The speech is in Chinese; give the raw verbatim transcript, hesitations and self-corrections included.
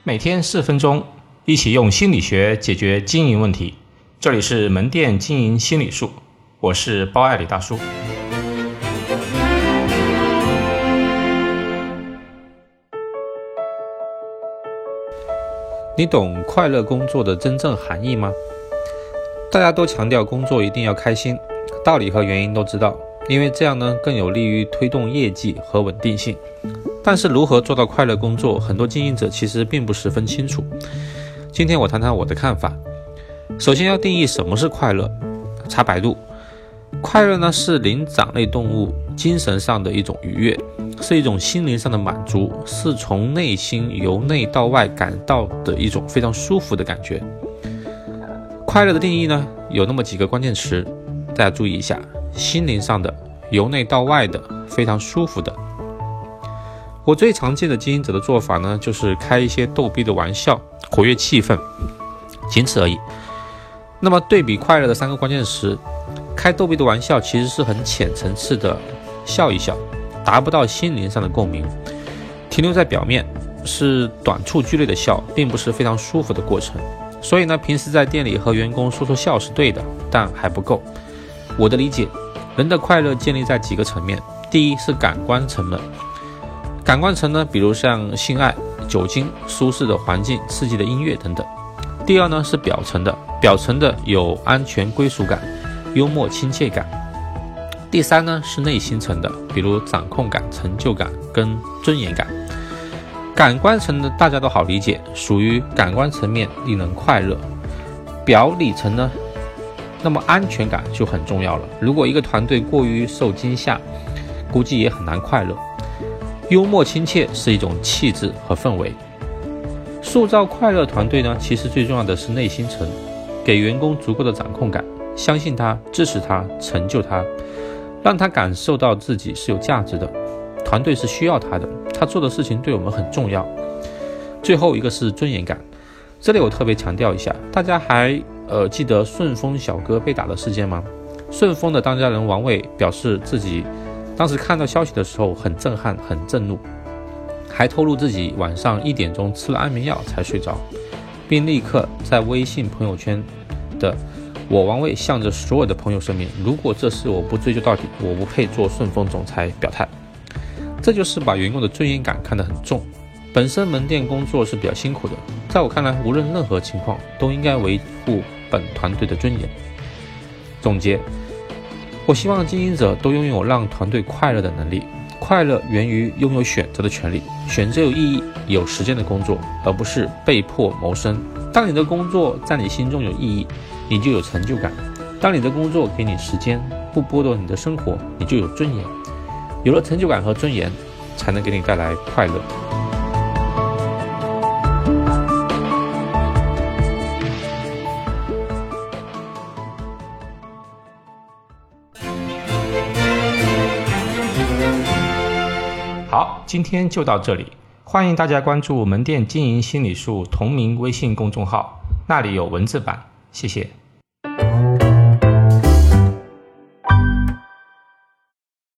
每天四分钟，一起用心理学解决经营问题。这里是门店经营心理术，我是包爱李大叔。 你懂快乐工作的真正含义吗？大家都强调工作一定要开心，道理和原因都知道，因为这样呢更有利于推动业绩和稳定性。但是如何做到快乐工作，很多经营者其实并不十分清楚。今天我谈谈我的看法。首先要定义什么是快乐。查百度，快乐呢是灵长类动物精神上的一种愉悦，是一种心灵上的满足，是从内心由内到外感到的一种非常舒服的感觉。快乐的定义呢有那么几个关键词，大家注意一下：心灵上的、由内到外的、非常舒服的。我最常见的经营者的做法呢，就是开一些逗逼的玩笑，活跃气氛，仅此而已。那么对比快乐的三个关键词，开逗逼的玩笑其实是很浅层次的笑一笑，达不到心灵上的共鸣，停留在表面，是短促剧烈的笑，并不是非常舒服的过程。所以呢，平时在店里和员工说说笑是对的，但还不够。我的理解，人的快乐建立在几个层面。第一是感官层面，感官层呢，比如像性爱、酒精、舒适的环境、刺激的音乐等等。第二呢是表层的，表层的有安全归属感、幽默亲切感。第三呢是内心层的，比如掌控感、成就感跟尊严感。感官层的大家都好理解，属于感官层面令人快乐。表里层呢，那么安全感就很重要了。如果一个团队过于受惊吓，估计也很难快乐。幽默亲切是一种气质和氛围。塑造快乐团队呢，其实最重要的是内心层，给员工足够的掌控感，相信他，支持他，成就他，让他感受到自己是有价值的，团队是需要他的，他做的事情对我们很重要。最后一个是尊严感，这里我特别强调一下，大家还呃记得顺丰小哥被打的事件吗？顺丰的当家人王卫表示自己当时看到消息的时候很震撼，很震怒，还透露自己晚上一点钟吃了安眠药才睡着，并立刻在微信朋友圈的我王卫向着所有的朋友声明，如果这事我不追究到底，我不配做顺丰总裁表态。这就是把员工的尊严感看得很重。本身门店工作是比较辛苦的，在我看来，无论任何情况都应该维护本团队的尊严。总结，我希望经营者都拥有让团队快乐的能力。快乐源于拥有选择的权利，选择有意义、有时间的工作，而不是被迫谋生。当你的工作在你心中有意义，你就有成就感。当你的工作给你时间，不剥夺你的生活，你就有尊严。有了成就感和尊严，才能给你带来快乐。 好，今天就到这里，欢迎大家关注门店经营心理术同名微信公众号，那里有文字版，谢谢。